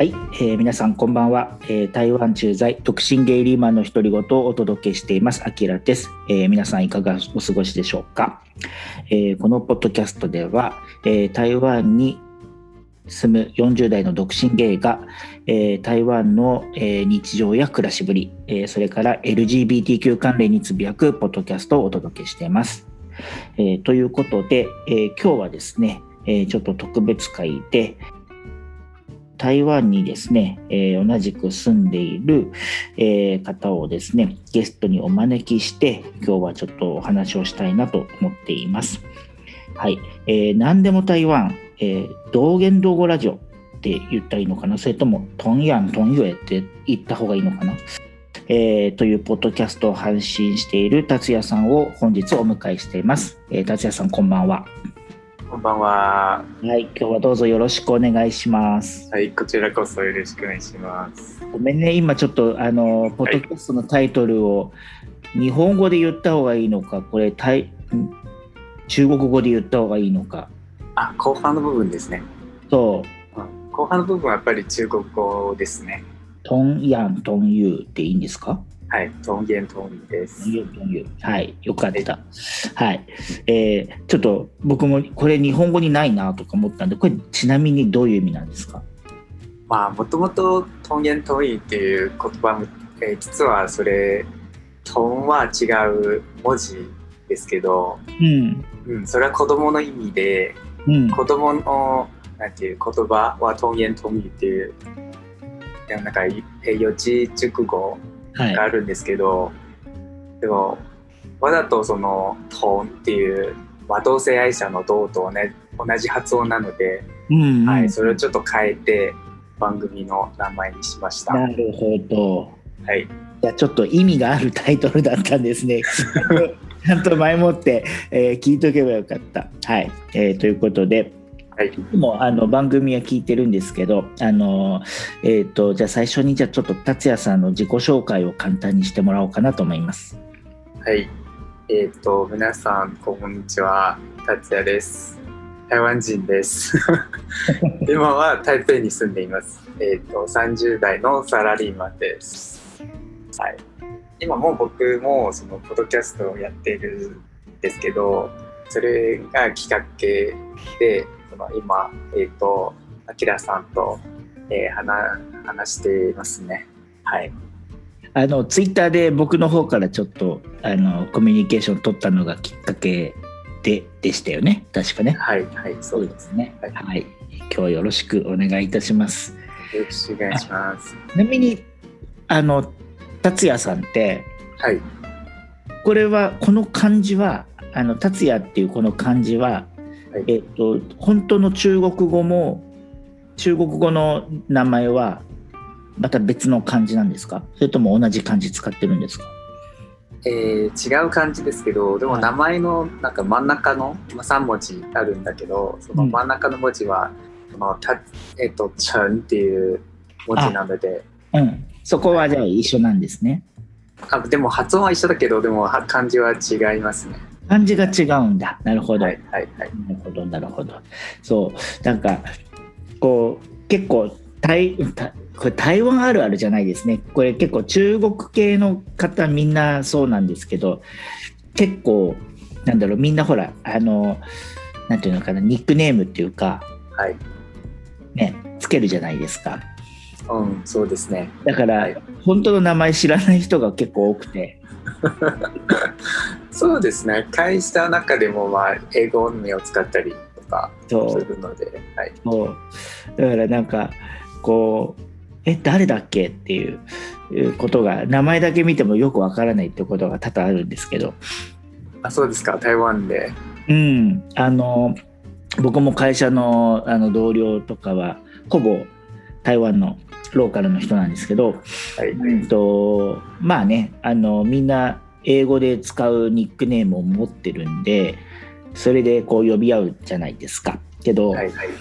はい、皆さんこんばんは、台湾駐在独身ゲイリーマンの独り言をお届けしていますアキラです。皆さんいかがお過ごしでしょうか。このポッドキャストでは、台湾に住む40代の独身ゲイが、台湾の、日常や暮らしぶり、それから LGBTQ 関連につぶやくポッドキャストをお届けしています。ということで、今日はですね、ちょっと特別会で台湾にですね、同じく住んでいる、方をですねゲストにお招きして今日はちょっとお話をしたいなと思っています。はい、何でも台湾、道元道後ラジオって言ったらいいのかな、それともトンヤントンユエって言った方がいいのかな、というポッドキャストを配信している達也さんを本日お迎えしています。達也さんこんばんは。 こんばんは。 はい、今日はどうぞよろしくお願いします。 はい、こちらこそよろしくお願いします。 ごめんね、今ちょっとポッドキャストのタイトルを日本語で言った方がいいのか、これ中国語で言った方がいいのか。 後半の部分ですね。 そう、 後半の部分はやっぱり中国語ですね。 トンヤントンユーっていいんですか？ はい、トンゲントンです。 はい、よかった。はい、ちょっと僕もこれ日本語にないなとか思ったんで、これちなみにどういう意味なんですか？ もともとトンゲントンイっていう言葉も、実はそれトンは違う文字ですけど、それは子供の意味で、子供のなんていう言葉はトンゲントンイっていうなんか四字熟語があるんですけど、でもわざとそのトンっていう同性愛者の同と同じ発音なので、それをちょっと変えて番組の名前にしました。 なるほど。 はい。 じゃあちょっと意味があるタイトルだったんですね。ちゃんと前もって、聞いとけばよかった。はい。ということで。もう番組は聞いてるんですけど、じゃあ最初にちょっと達也さんの自己紹介を簡単にしてもらおうかなと思います。 はい、皆さんこんにちは、達也です。台湾人です。今は台北に住んでいます。30代のサラリーマンです。はい、今も僕もそのポッドキャストをやっているんですけど、それがきっかけで今、アキラさんと、話していますね。はい。 ツイッターで僕の方からちょっとコミュニケーション取ったのがきっかけでしたよね。確かね。 はい、はい、そうですね。 はい。今日はよろしくお願いいたします。 よろしくお願いします。 ちなみに達也さんって、 はい。 これはこの漢字は達也っていうこの漢字は本当の中国語の名前はまた別の漢字なんですか？それとも同じ漢字使ってるんですか？ 違う漢字ですけど、でも名前のなんか真ん中の3文字あるんだけど、その真ん中の文字はチェンっていう文字なので、 そこはじゃあ一緒なんですね。 でも発音は一緒だけど、でも漢字は違いますね。 漢字が違うんだ。なるほど。 はい。 なるほど。そう、なんかこう結構これ台湾あるあるじゃないですね。これ結構中国系の方みんなそうなんですけど、結構みんなほらなんていうのかな、ニックネームっていうか、つけるじゃないですか。 そうですね。 だから、本当の名前知らない人が結構多くて。 そうですね。会社の中でも英語名を使ったりとかするので、 そうだからなんかこう誰だっけっていうことが名前だけ見てもよくわからないってことが多々あるんですけど。 そうですか。台湾で。 僕も会社の同僚とかはほぼ台湾のローカルの人なんですけど、まあね、みんな英語で使うニックネームを持ってるんで、それでこう呼び合うじゃないですか。けど、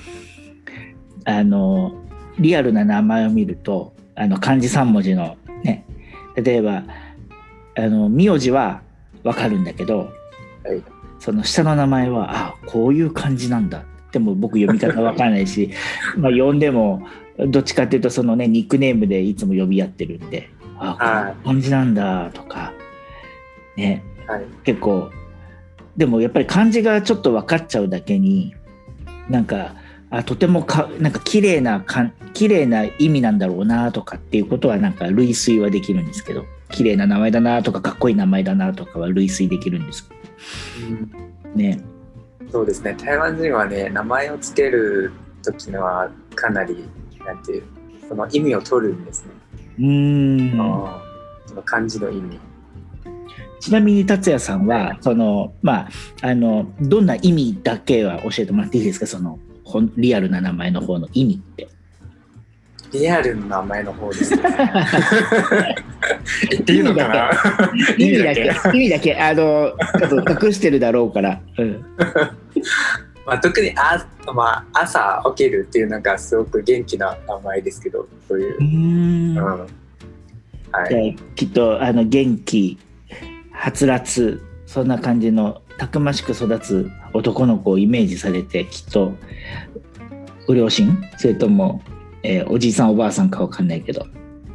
リアルな名前を見ると漢字3文字のね、例えば名字は分かるんだけど、その下の名前はこういう漢字なんだっっても僕読み方わからないしまあ呼んでもどっちかっていうとそのねニックネームでいつも呼び合ってるんで、あ、こんな感じなんだとかね、はい、結構でもやっぱり漢字がちょっと分かっちゃうだけになんかとてもなんか綺麗な意味なんだろうなとかっていうことはなんか類推はできるんですけど、綺麗な名前だなとかかっこいい名前だなとかは類推できるんですけど、ね。 そうですね、台湾人はね名前をつける時のはかなりなんていうその意味を取るんですね。その漢字の意味。 ちなみに達也さんはその、まあ、どんな意味だけは教えてもらっていいですか、そのリアルな名前の方の意味って。 リアルな名前の方ですね。言っていいのかな。 意味だけちょっと隠してるだろうから、 まあ、特にまあ、朝起きるっていうなんかすごく元気な名前ですけど、そういうはい、きっと元気はつらつそんな感じのたくましく育つ男の子をイメージされて、きっとご両親それとも、おじいさんおばあさんかわかんないけど、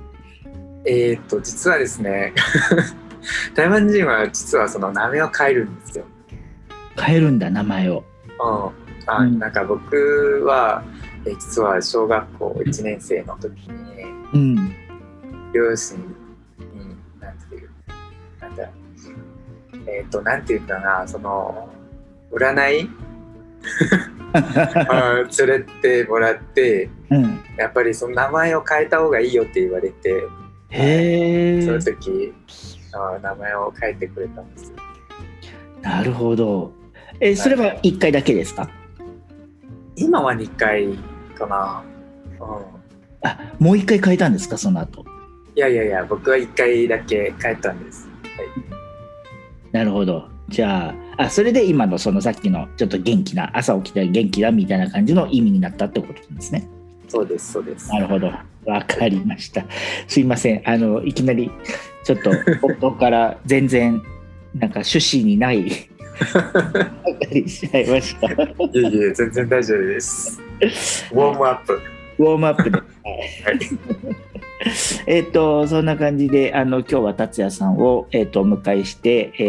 実はですね台湾人は実はその名前を変えるんですよ。 変えるんだ名前を。 なんか僕は、実は小学校1年生の時に、両親になんていうかな、その占い連れてもらって、やっぱりその名前を変えた方がいいよって言われて、その時名前を変えてくれたんですよ。 なるほど。それは1回だけですか？ 今は2回かな。 もう1回変えたんですかその後？ いや僕は1回だけ変えたんです。 なるほど。じゃあ、それで今のそのさっきのちょっと元気な朝起きたら元気だみたいな感じの意味になったってことなんですね。 そうですそうです。 なるほど、わかりました。すいません、いきなりちょっと冒頭から全然なんか趣旨にないしちゃいました。いえ全然大丈夫です。ウォームアップで、 そんな感じで今日は達也さんを、お迎えして、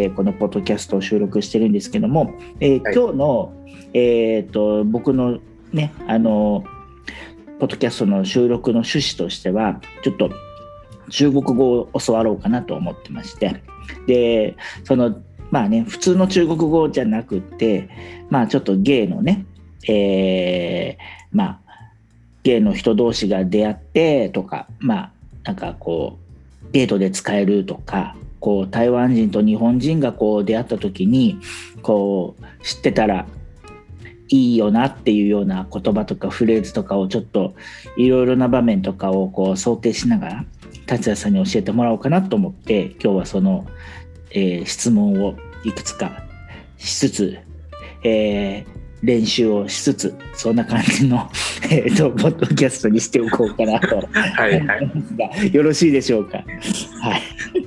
このポッドキャストを収録してるんですけども、今日の、僕のねポッドキャストの収録の趣旨としてはちょっと中国語を教わろうかなと思ってまして、でまあね普通の中国語じゃなくて、まあちょっとゲイのね、まあゲイの人同士が出会ってとか、まあなんかこうデートで使えるとか、こう台湾人と日本人がこう出会った時にこう知ってたらいいよなっていうような言葉とかフレーズとかをちょっといろいろな場面とかをこう想定しながら達也さんに教えてもらおうかなと思って、今日はその、質問をいくつかしつつ、練習をしつつ、そんな感じの、ポッドキャストにしておこうかなとはいはい、 よろしいでしょうか。はい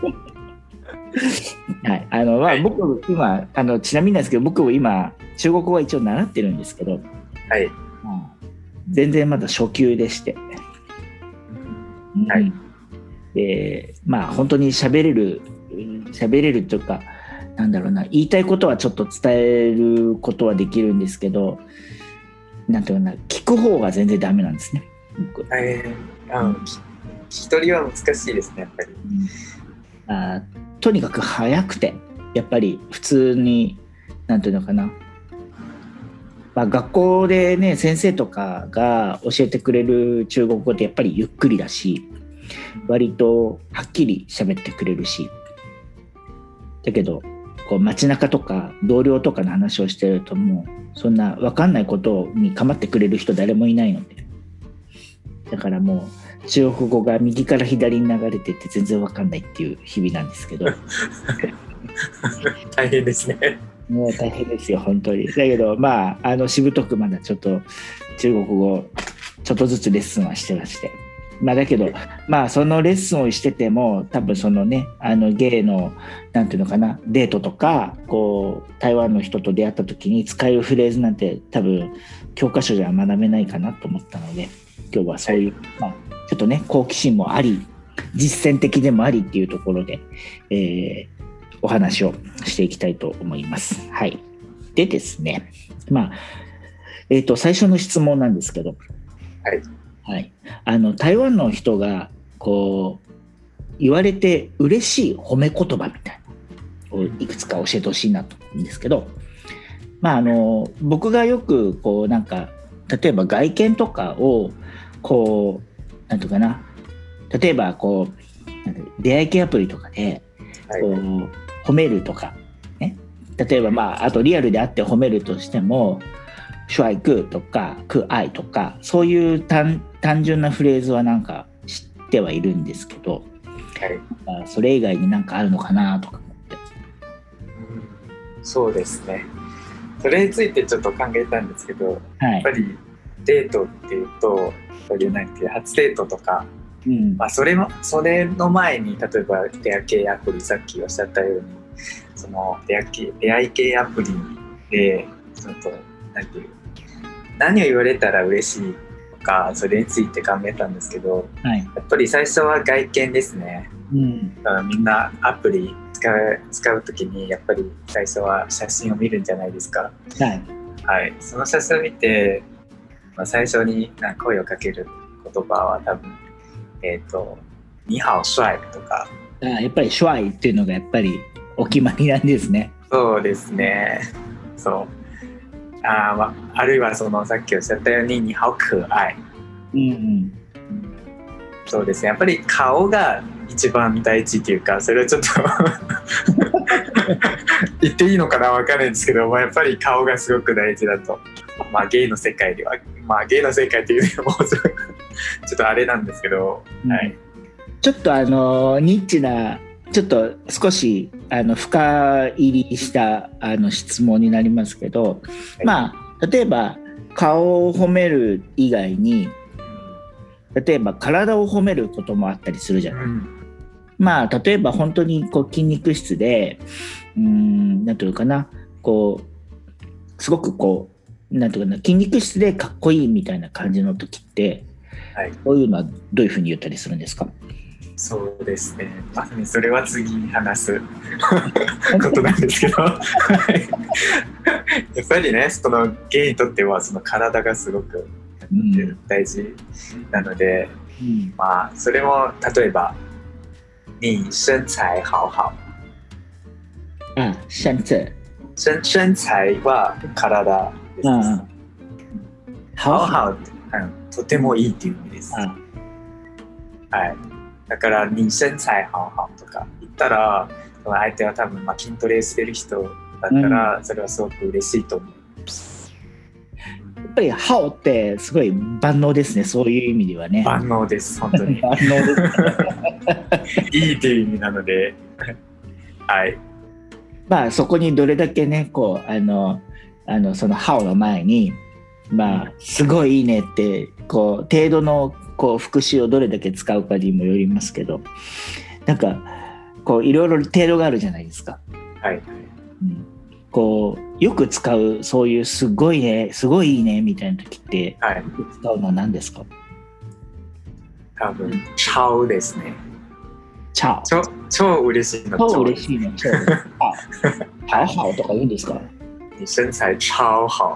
はい、僕今ちなみになんですけど、僕今中国語は一応習ってるんですけど、 はい、 全然まだ初級でして、 はい、 まあ本当に喋れるというか、なんだろうな、言いたいことはちょっと伝えることはできるんですけど、なんていうかな、聞く方が全然ダメなんですね。 聞き取りは難しいですね、やっぱり。 とにかく早くて、やっぱり普通になんていうのかな、まあ、学校でね先生とかが教えてくれる中国語ってやっぱりゆっくりだし、割とはっきり喋ってくれるし、だけどこう街中とか同僚とかの話をしてると、もうそんな分かんないことに構ってくれる人誰もいないので、だからもう中国語が右から左に流れてって全然分かんないっていう日々なんですけど大変ですね。 もう大変ですよ本当に。だけどまあしぶとくまだちょっと中国語ちょっとずつレッスンはしてまして、 まあだけど、まあそのレッスンをしてても多分そのねゲイのなんていうのかなデートとかこう台湾の人と出会った時に使えるフレーズなんて多分教科書じゃ学べないかなと思ったので今日はそういう、まあ、ちょっとね好奇心もあり実践的でもありっていうところで、お話をしていきたいと思います。はい。でですね、まあ最初の質問なんですけど、 はいはい、台湾の人がこう言われて嬉しい褒め言葉みたいなのをいくつか教えてほしいなと思うんですけど、まあ僕がよくこうなんか例えば外見とかをこうなんていうかな例えばこう出会い系アプリとかでこう、褒めるとかね例えばまああとリアルで会って褒めるとしても帅哥とか可愛とかそういう単純なフレーズはなんか知ってはいるんですけど、はい、それ以外になんかあるのかなとか思って、 そうですねそれについてちょっと考えたんですけど、 はい、 やっぱりデートっていうと初デートとか、まあ、それの前に例えば出会い系アプリさっきおっしゃったようにその出会い系アプリでちょっと何を言われたら嬉しいとかそれについて考えたんですけど、 はい、 やっぱり最初は外見ですね、だからみんなアプリ使うときにやっぱり最初は写真を見るんじゃないですか、はい、その写真を見て、まあ、最初に声をかける言葉は多分你好帅とかやっぱり帅っていうのがやっぱりお決まりなんですね。 そうですねそうまあ、あるいはそのさっきおっしゃったように「你好可愛」そうですねやっぱり顔が一番大事っていうかそれはちょっと言っていいのかな分かんないんですけど、まあ、やっぱり顔がすごく大事だと、まあ、ゲイの世界ではゲイの世界っていうのもちょっとあれなんですけど、はい、 ちょっとニッチなちょっと少し深入りした質問になりますけど、はい、まあ例えば顔を褒める以外に例えば体を褒めることもあったりするじゃない、まあ例えば本当にこう筋肉質でなんていうのかなこうすごくこうなんていうかな筋肉質でかっこいいみたいな感じの時って、はい、こういうのはどういうふうに言ったりするんですか？ そうですね、まさにそれは次に話すことなんですけどやっぱりねそのゲイにとってはその体がすごく大事なので、まあそれも例えば你身材好好身材は体です、好好とてもいいっていう意味です、はい、だから「你身材好好」とか言ったらその相手は多分筋トレしてる人だったらそれはすごく嬉しいと思う、 やっぱり「好」ってすごい万能ですねそういう意味ではね万能です本当に万能ですいいっていう意味なのではいまあそこにどれだけねこうその「好」の前にまあすごいいいねってこう程度のこう副詞をどれだけ使うかにもよりますけどなんかこういろいろ程度があるじゃないですか、 はいこうよく使うそういうすごいねすごいいいねみたいな時って、はい、使うのは何ですか？ 多分超ですね超嬉しいの超嬉しいの好好とか言うんですか？ 你身材超好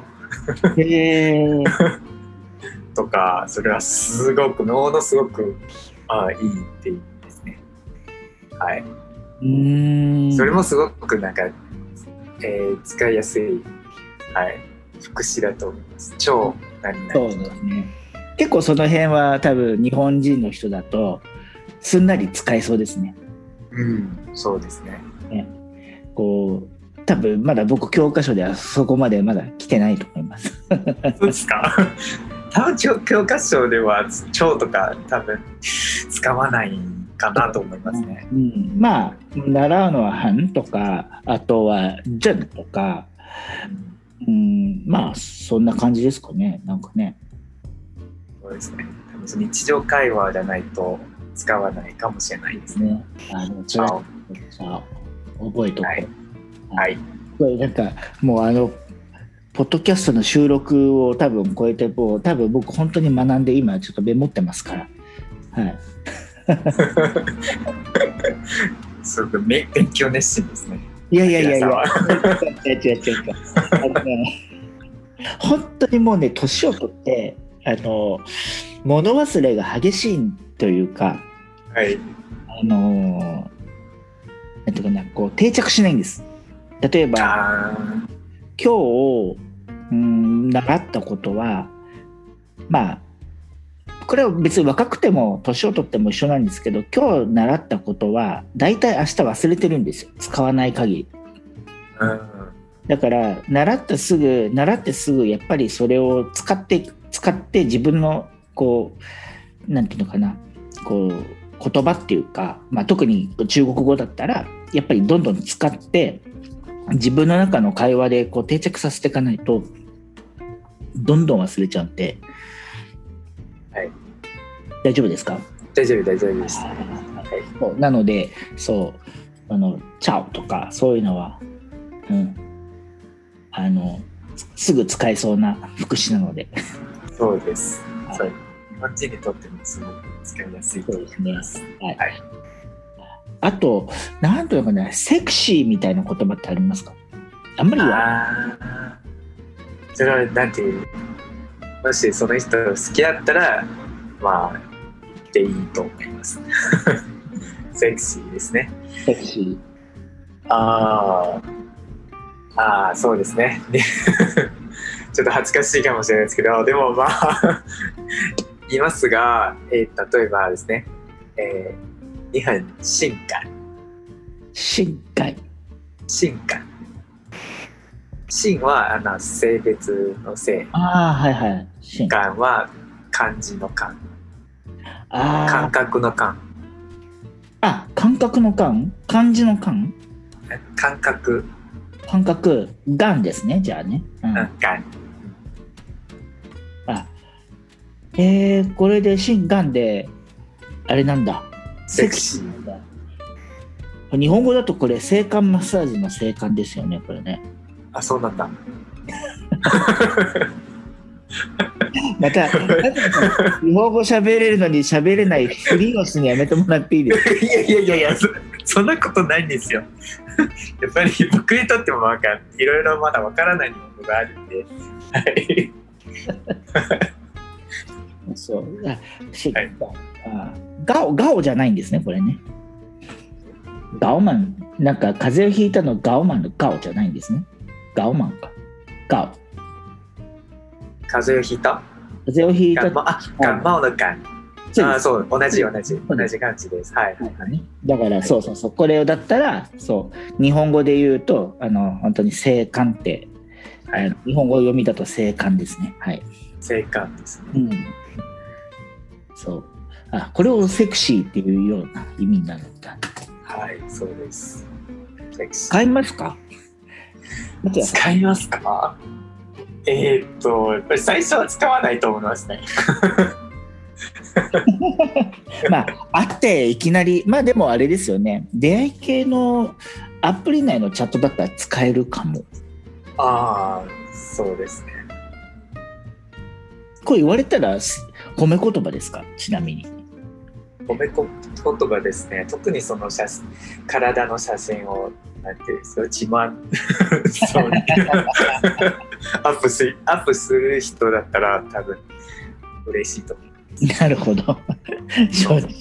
とかそれはすごくものすごくいいっていうですねはいそれもすごくなんか、使いやすい、はい、副詞だと思います超何々 そうですね結構その辺は多分日本人の人だとすんなり使えそうですねそうですねこう多分まだ僕教科書ではそこまでまだ来てないと思いますそうですか多分教科書では超とか多分使わないかなと思いますね、 まあ習うのは半とかあとは準とかまあそんな感じですかねなんかねそうですね。多分日常会話じゃないと使わないかもしれないですね。 チャオ。覚えとこう。 はい。はい、 これなんかもうポッドキャストの収録を多分超えて多分僕本当に学んで今ちょっとメモってますから。はい。 すごく勉強熱心ですね。 いや。違う。本当にもうね、年を取って物忘れが激しいというか、 はい。 なんていうかな、こう定着しないんです。例えば今日習ったことは、まあこれは別に若くても年を取っても一緒なんですけど、今日習ったことは大体明日忘れてるんですよ、使わない限り。だから習ってすぐやっぱりそれを使って自分のこうなんていうのかな、こう言葉っていうか、特に中国語だったらやっぱりどんどん使って自分の中の会話でこう定着させていかないとどんどん忘れちゃうんで。 はい、 大丈夫ですか？ 大丈夫です。 はい、なのでチャオとかそういうのは、すぐ使えそうな副詞なので。 そうです。そう、日本人にとってもすごく使いやすいと思います。はい。 あとなんというかね、セクシーみたいな言葉ってありますか？あんまりそれはなんていう、もしその人好きだったら言っていいと思います。セクシーですね。 セクシー。そうですね。ちょっと恥ずかしいかもしれないですけど、でも言いますが、例えばですね、你很性感。 性は性別の性。 はいはい。 感は漢字の漢。感覚の感。 感覚の感？漢字の漢？ 感覚。 ガンですね、じゃあね。 ガン。 これで心ガンであれなんだ。 セクシー。 日本語だとこれ性感マッサージの性感ですよね、これね。 そうなんだ。 また日本語喋れるのに喋れないフリーをするのやめてもらっていいですか？ いやそんなことないんですよ。やっぱり僕にとってもいろいろまだわからないことがあるんで。はい。 そう。ガオじゃないんですね、これね。ガオマン、なんか風邪をひいたのガオマンのガオじゃないんですね。ガオマンか。ガオ。 風邪をひいた？感冒の感。そう、同じ感じです。はい。 だからそう、これだったら日本語で言うと本当に性感って、日本語読みだと性感ですね。はい。 性感ですね。 そう。これをセクシーっていうような意味になるんだ。 はい、そうです。 使いますか？ 使いますか？やっぱり最初は使わないと思いますね。 会っていきなり、でもあれですよね。出会い系のアプリ内のチャットだったら使えるかも。 そうですね。 これ言われたら褒め言葉ですか？ちなみに。 褒め言葉ですね。特にその体の写真をなんていうんですか、自慢そうアップする人だったら多分嬉しいと思います。 なるほど。正直。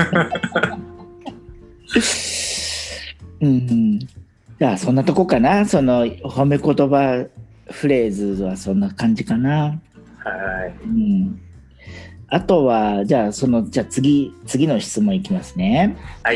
じゃあそんなとこかな。その褒め言葉フレーズはそんな感じかな。 はい。 あとはじゃあ次の質問いきますね。 はい。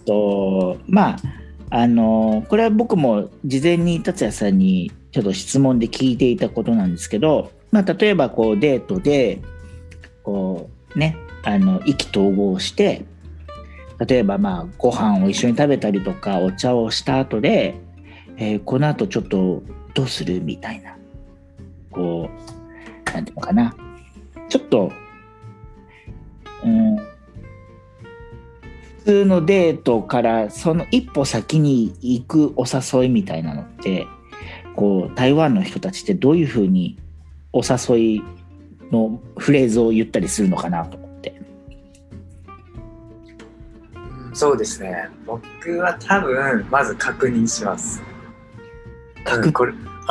これは僕も事前に達也さんにちょっと質問で聞いていたことなんですけど、例えばこうデートでこうね意気投合して、例えばご飯を一緒に食べたりとかお茶をした後で、この後ちょっとどうするみたいな、こうなんていうのかな、ちょっとうん、普通のデートからその一歩先に行くお誘いみたいなのってこう台湾の人たちってどういうふうにお誘いのフレーズを言ったりするのかなと思って。 そうですね。僕は多分まず確認します。こ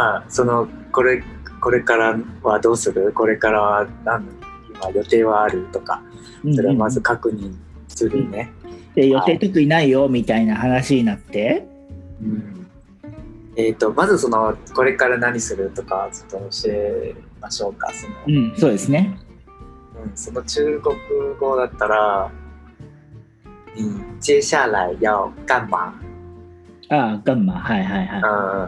れからはどうする？これからは今予定はあるとか、それはまず確認するね。 で予定特にないよみたいな話になって、 まずこれから何するとかちょっと教えましょうか。 そうですね。 その中国語だったら。你接下来要干嘛？ 干嘛？はいはいはい。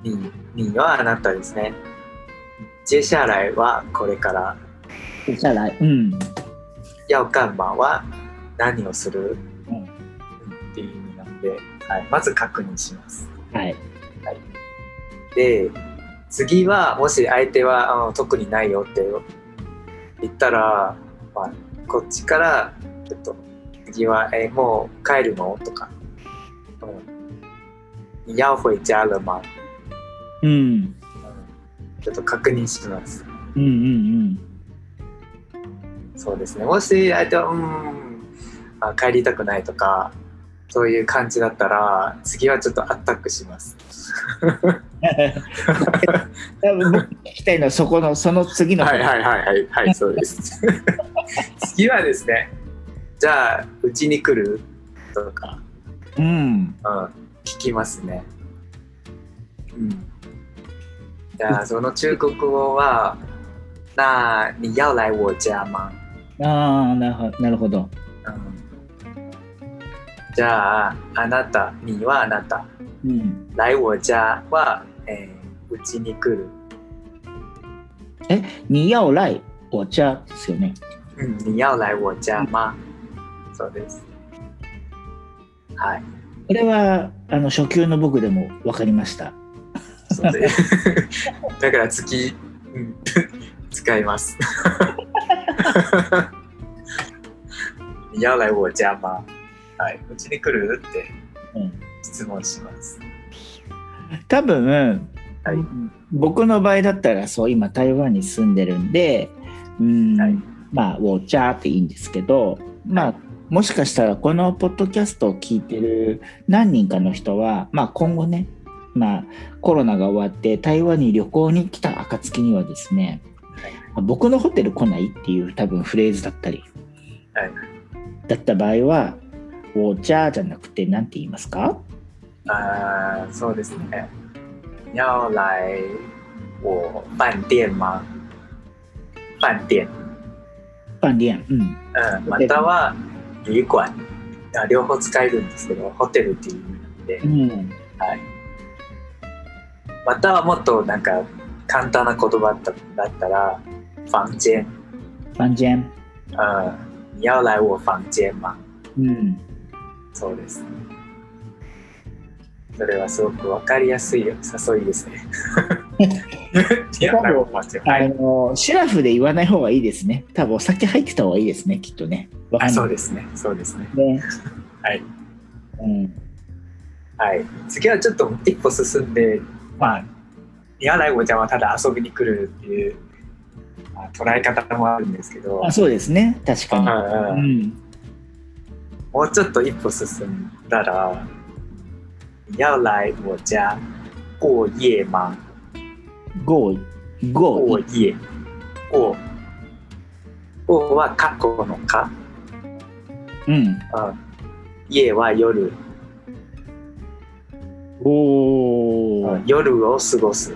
你はあなたですね。接下来はこれから。 接下来、 要干嘛は何をする？っていう意味なので、はい、まず確認します。 はい。 はい、で、次はもし相手は特にないよって言ったら、こっちからちょっと。次はもう帰るのとか、你要回家了吗？ちょっと確認します。そうですね。もし相手は帰りたくないとかそういう感じだったら次はちょっとアタックします。 多分僕聞きたいのはその次のはいそうです。次はですね。じゃあうちに来るとか、聞きますね。じゃあその中国語は、那你要来我家吗？ なるほど。 じゃああなた、你はあなた、来我家はうちに来る。 你要来我家ですよね。 你要来我家吗？そうです。はい。 これは初級の僕でも分かりました。 そうです。だから次、使います。你要来我家吗？はい。うちに来るって質問します。 多分、僕の場合だったら今台湾に住んでるんで、我家っていいんですけど、もしかしたらこのポッドキャストを聞いてる何人かの人は、今後ね、コロナが終わって台湾に旅行に来た暁にはですね、僕のホテル来ないっていう多分フレーズだったり、だった場合は我家じゃなくて何て言いますか？ そうですね。要来我飯店吗？飯店。または旅館、両方使えるんですけど、ホテルっていう意味なので、またはもっとなんか簡単な言葉だったら房間。你要来我房間吗？そうです。それはすごく分かりやすい誘いですね。 シラフで言わない方がいいですね。多分お酒入ってた方がいいですね、きっとね。 そうですね。はい。はい。次はちょっと一歩進んで、你要来我家はただ遊びに来るっていう、捉え方もあるんですけど。 そうですね、確かに。 もうちょっと一歩進んだら、你要来我家过夜吗？ 过夜。過は過去の過。夜は夜。夜を過ごす。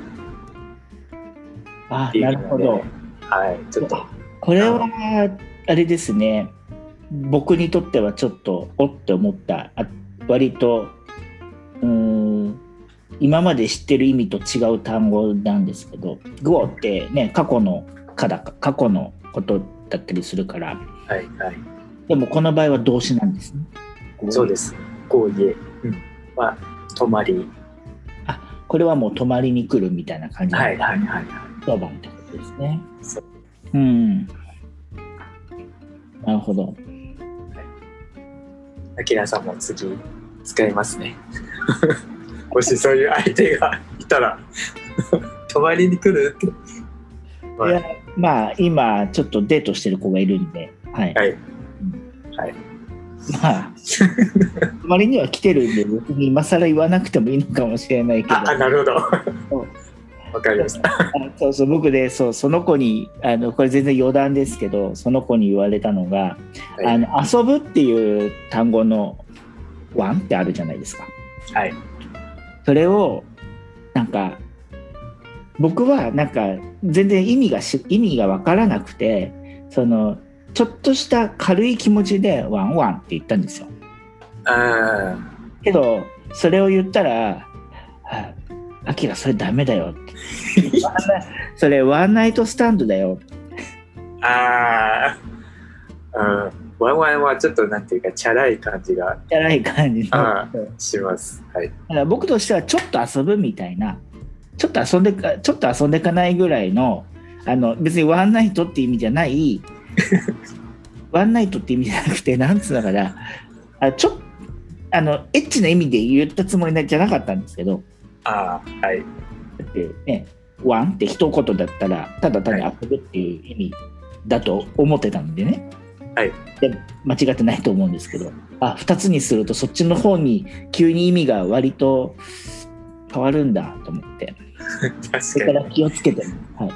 なるほど。 ちょっと。 これはあれですね。僕にとってはちょっとおって思った割と今まで知ってる意味と違う単語なんですけど、ゴーってね過去のことだったりするから、でもこの場合は動詞なんですね。 そうです。ゴーイエは泊まり。 これはもう泊まりに来るみたいな感じで、当番ってことですね。 なるほど。 アキラさんも次使いますね。もしそういう相手がいたら泊まりに来るって。 いや、まあ今ちょっとデートしてる子がいるんで、はい。はい。はい、まあ泊まりには来てるんで、別に今更言わなくてもいいのかもしれないけど。 あ、なるほど。わかりました。 そうそう、僕でその子にこれ全然余談ですけど、その子に言われたのが、はい、遊ぶっていう単語のワンってあるじゃないですか。はい。それをなんか僕はなんか全然意味が分からなくて、ちょっとした軽い気持ちでワンワンって言ったんですよ。けどそれを言ったら、アキラそれダメだよってそれワンナイトスタンドだよ。ワンワンはちょっとなんていうかチャラい感じします。はい。だから僕としてはちょっと遊ぶみたいな、ちょっと遊んでかないぐらいの、別にワンナイトって意味じゃないワンナイトって意味じゃなくて、なんつうのかな、エッチな意味で言ったつもりじゃなかったんですけど、はい。だってね、ワンって一言だったらただ単に遊ぶっていう意味だと思ってたんでね、はい、で間違ってないと思うんですけど、2つにするとそっちの方に急に意味が割と変わるんだと思って確かにそれから気をつけて、はい、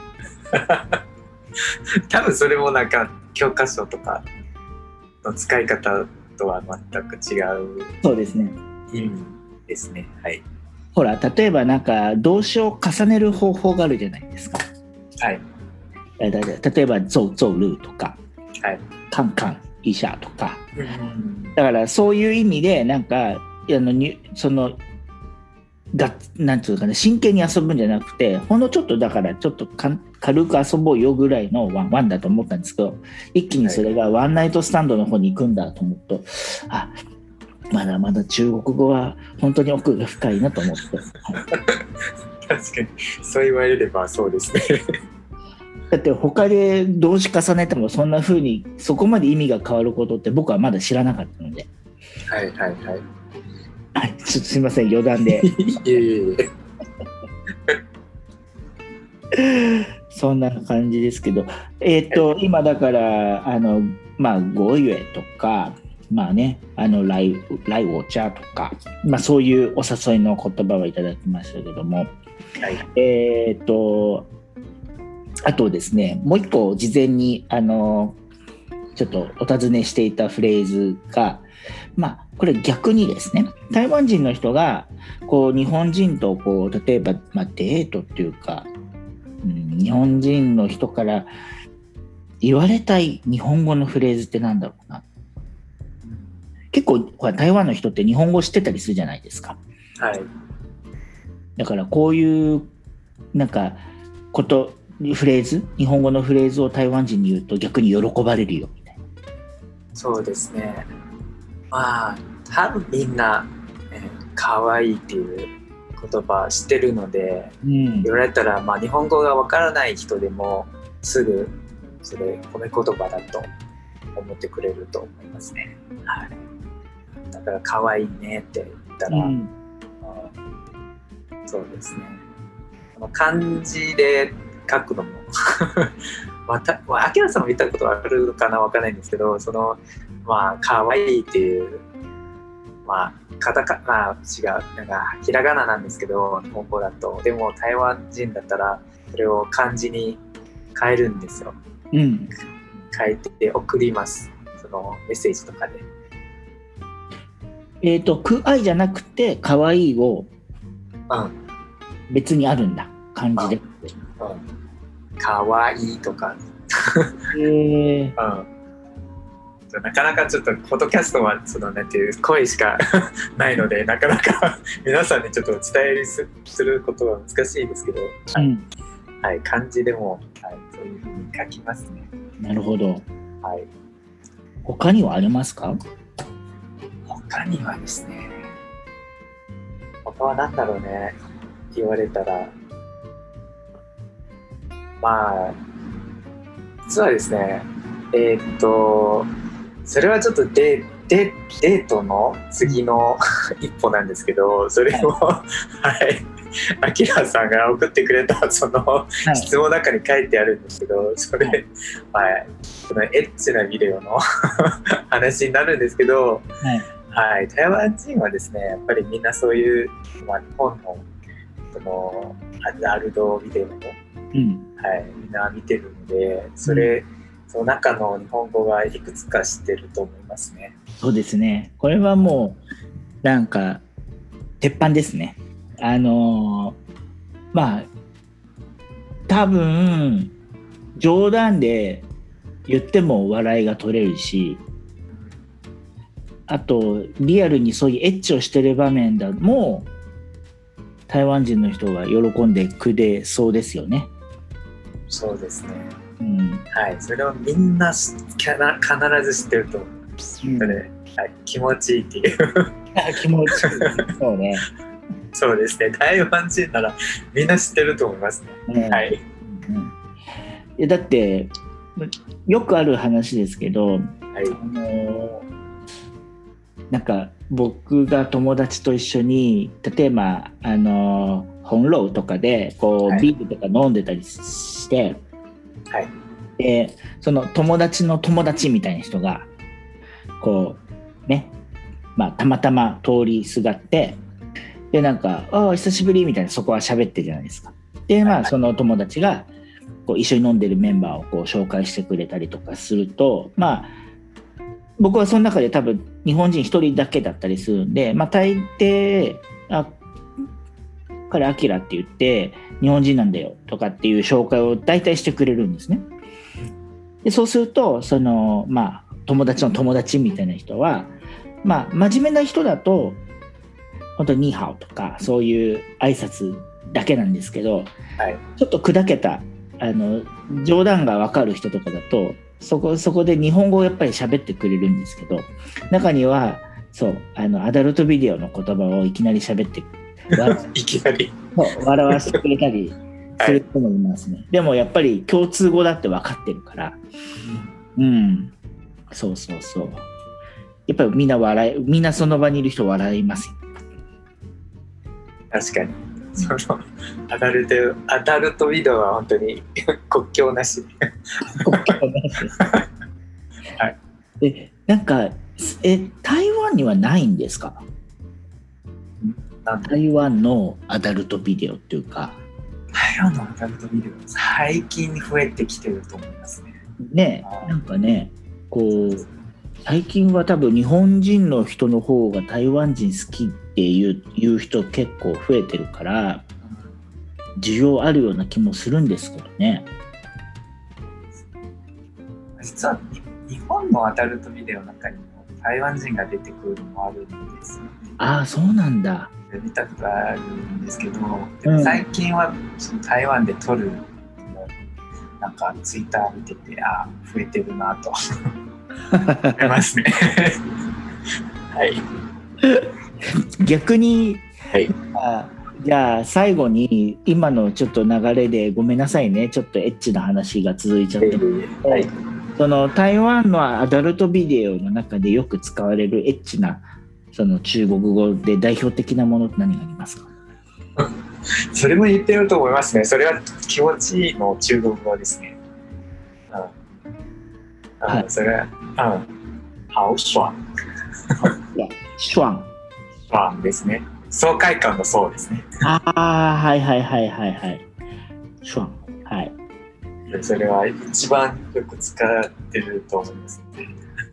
多分それもなんか教科書とかの使い方とは全く違う、 そうですね、 意味ですね。はい。 ほら、例えばなんか動詞を重ねる方法があるじゃないですか。はい。例えばゾウゾウルーとか、はい、カンカンイシャとか、だからそういう意味でなんかなんていうかね、真剣に遊ぶんじゃなくて、ほんのちょっとだからちょっと軽く遊ぼうよぐらいのワンだと思ったんですけど、一気にそれがワンナイトスタンドの方に行くんだと思うと、まだまだ中国語は本当に奥が深いなと思って、はい、 確かにそう言われればそうですね。 だって他で動詞重ねてもそんな風にそこまで意味が変わることって僕はまだ知らなかったので、はいはいはいはい、すいません余談でそんな感じですけど、今だからゴイエとか、まあね、ライウォーチャーとか、そういうお誘いの言葉をいただきましたけども、はい、あとですね、もう一個事前にちょっとお尋ねしていたフレーズが、これ逆にですね、台湾人の人がこう日本人とこう例えば、デートっていうか、日本人の人から言われたい日本語のフレーズってなんだろうな。結構台湾の人って日本語知ってたりするじゃないですか。はい。だからこういうなんかフレーズ、日本語のフレーズを台湾人に言うと逆に喜ばれるよみたいな。 そうですね。多分みんな、可愛いっていう言葉知ってるので、言われたら、日本語がわからない人でもすぐそれ褒め言葉だと思ってくれると思いますね。はい。だから可愛いねって言ったら、そうですね。漢字で書くのもアキラさんも見たことあるかなわからないんですけど、可愛いっていうカタカナ違うなんかひらがななんですけど、日本語だと。でも台湾人だったらそれを漢字に変えるんですよ。変えて送ります。そのメッセージとかで。 くあいじゃなくてかわいいを別にあるんだ、漢字で。 かわいいとか。なかなかちょっとポッドキャストはなんていう声しかないので、なかなか皆さんにちょっとお伝えすることは難しいですけど、はい、漢字でも、そういうふうに書きますね。 なるほど。 はい。 他にはありますか？ 他にはですね、他は何だろうね、言われたら、実はですね、 それはちょっとデートの次の一歩なんですけど、それもはい、アキラさんが送ってくれたその質問の中に書いてあるんですけど、それ、はい、そのエッチなビデオの話になるんですけど、はい、台湾人はですね、やっぱりみんなそういう、日本のそのアダルトビデオの、はい、みんな見てるので、その中の日本語がいくつか知ってると思いますね。 そうですね。これはもうなんか鉄板ですね。多分冗談で言っても笑いが取れるし、あとリアルにそういうエッチをしてる場面だも台湾人の人が喜んでくれそうですよね。 そうですね。はい、それをみんな必ず知ってると思います。それ、はい、気持ちいいっていう気持ちいい。そうね。 そうですね。台湾人ならみんな知ってると思いますね。はい。 だってよくある話ですけど、なんか僕が友達と一緒に例えば本楼とかでこうビールとか飲んでたりして、でその友達の友達みたいな人がこうね、たまたま通りすがって、でなんか久しぶりみたいな、そこは喋ってるじゃないですか。でその友達がこう一緒に飲んでるメンバーをこう紹介してくれたりとかすると、僕はその中で多分日本人一人だけだったりするんで、大抵彼アキラって言って日本人なんだよとかっていう紹介を大体してくれるんですね。でそうするとその友達の友達みたいな人は真面目な人だと本当にニーハオとかそういう挨拶だけなんですけど、ちょっと砕けた冗談が分かる人とかだとそこで日本語をやっぱり喋ってくれるんですけど、中にはそうアダルトビデオの言葉をいきなり喋っていきなり笑わせてくれたりする人もいますね。でもやっぱり共通語だって分かってるから、そうやっぱりみんなその場にいる人笑いますよ。 確かにそのアダルトビデオは本当に国境なし国境なしはい。なんか台湾にはないんですか？台湾のアダルトビデオっていうか、 台湾のアダルトビデオ最近増えてきてると思いますね。なんかね、こう最近は多分日本人の人の方が台湾人好きっていう人結構増えてるから需要あるような気もするんですけどね。 実は日本のアダルトビデオの中にも台湾人が出てくるのもあるんですよね。 そうなんだ。 見たことあるんですけど、でも最近はその台湾で撮るなんかツイッター見てて増えてるなと思いますねはい。 逆に、じゃあ最後に今のちょっと流れでごめんなさいね、ちょっとエッチな話が続いちゃって、その台湾のアダルトビデオの中でよく使われるエッチなその中国語で代表的なものって何がありますか？ それも言ってると思いますね。それは気持ちいいの中国語ですね。それは好爽爽ですね。爽快感のそうですね。 はい爽、はい。 それは一番よく使ってると思いますね。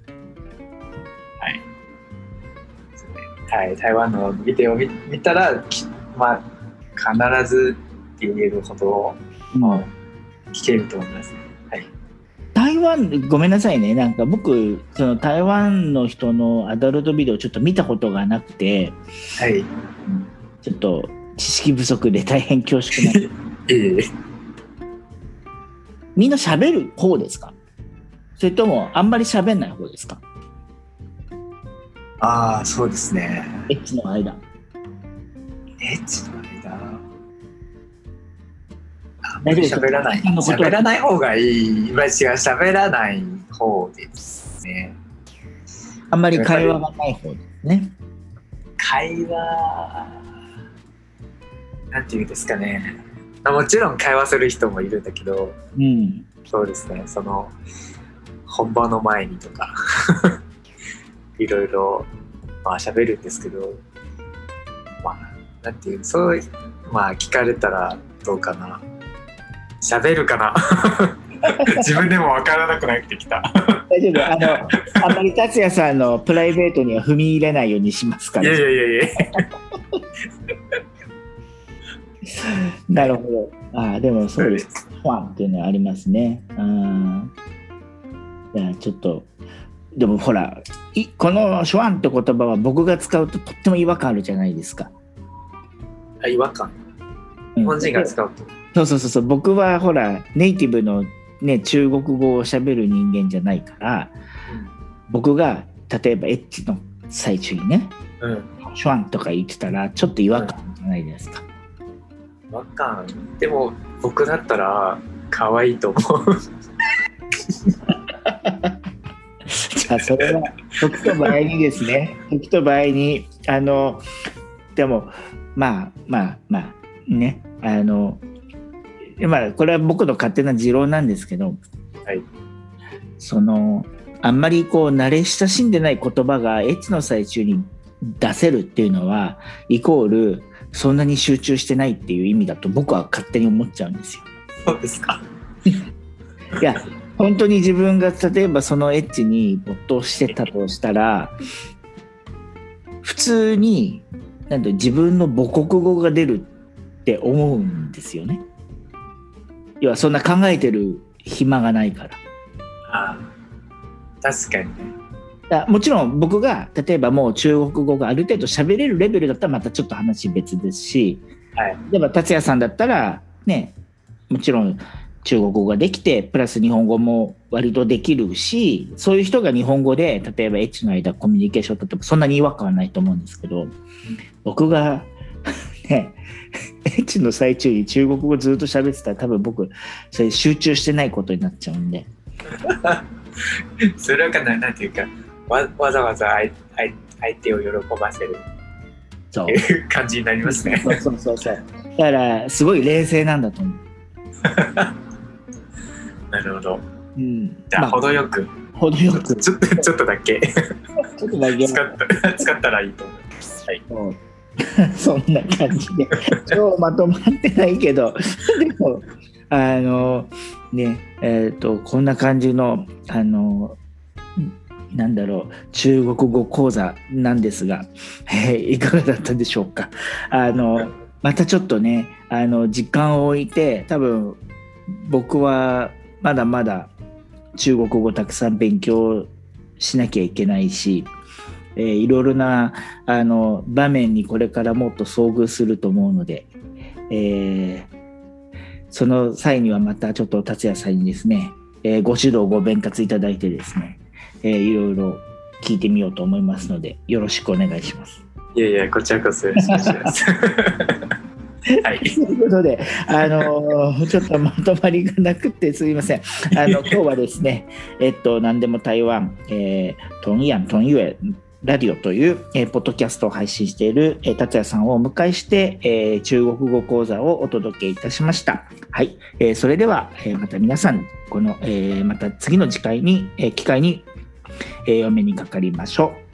はい、台湾のビデオを 見たら、必ずって言えるほど、聞けると思いますね。 台湾、ごめんなさいね、なんか僕その台湾の人のアダルトビデオちょっと見たことがなくて、ちょっと知識不足で大変恐縮なんです。みんな喋る方ですか？それともあんまり喋んない方ですか？ そうですね。 エッチの間。 喋らない方がいい。喋らない方ですね。 あんまり会話がない方ですね。 会話なんていうんですかね、もちろん会話する人もいるんだけど、うん、そうですね、その本番の前にとかいろいろまあ喋るんですけど、まあなんていうそうまあ聞かれたらどうかな、喋るかな自分でも分からなくなってきた大丈夫、あんまり達也さんのプライベートには踏み入れないようにしますから。 いやなるほど。でもそうです。ファンっていうのはありますね。いやちょっとでもほらこのシュワンって言葉は僕が使うととっても違和感あるじゃないですか。 違和感。日本人が使うと。 そう僕はほらネイティブのね中国語を喋る人間じゃないから、僕が例えばエッチの最中にね、シュワンとか言ってたらちょっと違和感じゃないですか。 違和感。でも僕だったら可愛いと思うじゃあそれは時と場合にですね、時と場合にでもまあねこれは僕の勝手な持論なんですけど、はい、あんまり慣れ親しんでない言葉がエッチの最中に出せるっていうのはイコールそんなに集中してないっていう意味だと僕は勝手に思っちゃうんですよ。 そうですかいや本当に自分が例えばそのエッチに没頭してたとしたら普通に自分の母国語が出るって思うんですよね。要はそんな考えてる暇がないから。 確かにね。もちろん僕が例えばもう中国語がある程度喋れるレベルだったらまたちょっと話別ですし、例えば達也さんだったらね、もちろん中国語ができてプラス日本語も割とできるし、そういう人が日本語で例えばエッチの間コミュニケーションを取ってもそんなに違和感はないと思うんですけど、僕がねエッチの最中に中国語ずっと喋ってたら多分僕それ集中してないことになっちゃうんでそれはなんていうかわざわざ相手を喜ばせるっていう感じになりますね。 そうだからすごい冷静なんだと思うなるほど、じゃあ程よくちょっとだけ使ったらいいと思います。はい、 そんな感じで超まとまってないけどでもこんな感じの中国語講座なんですが、いかがだったでしょうか。またちょっとね時間を置いて多分僕はまだまだ中国語たくさん勉強しなきゃいけないし、いろいろな場面にこれからもっと遭遇すると思うので、その際にはまたちょっと達也さんにですね、ご指導ご鞭撻いただいてですね、いろいろ聞いてみようと思いますのでよろしくお願いします。 いやこちらこそよろしくお願いしますはい、 ということでちょっとまとまりがなくてすみません。今日はですね何でも台湾、トンヤントンユエラディオという、ポッドキャストを配信している、達也さんをお迎えして、中国語講座をお届けいたしました。はい、それでは、また皆さんまた次の機会に、お目にかかりましょう。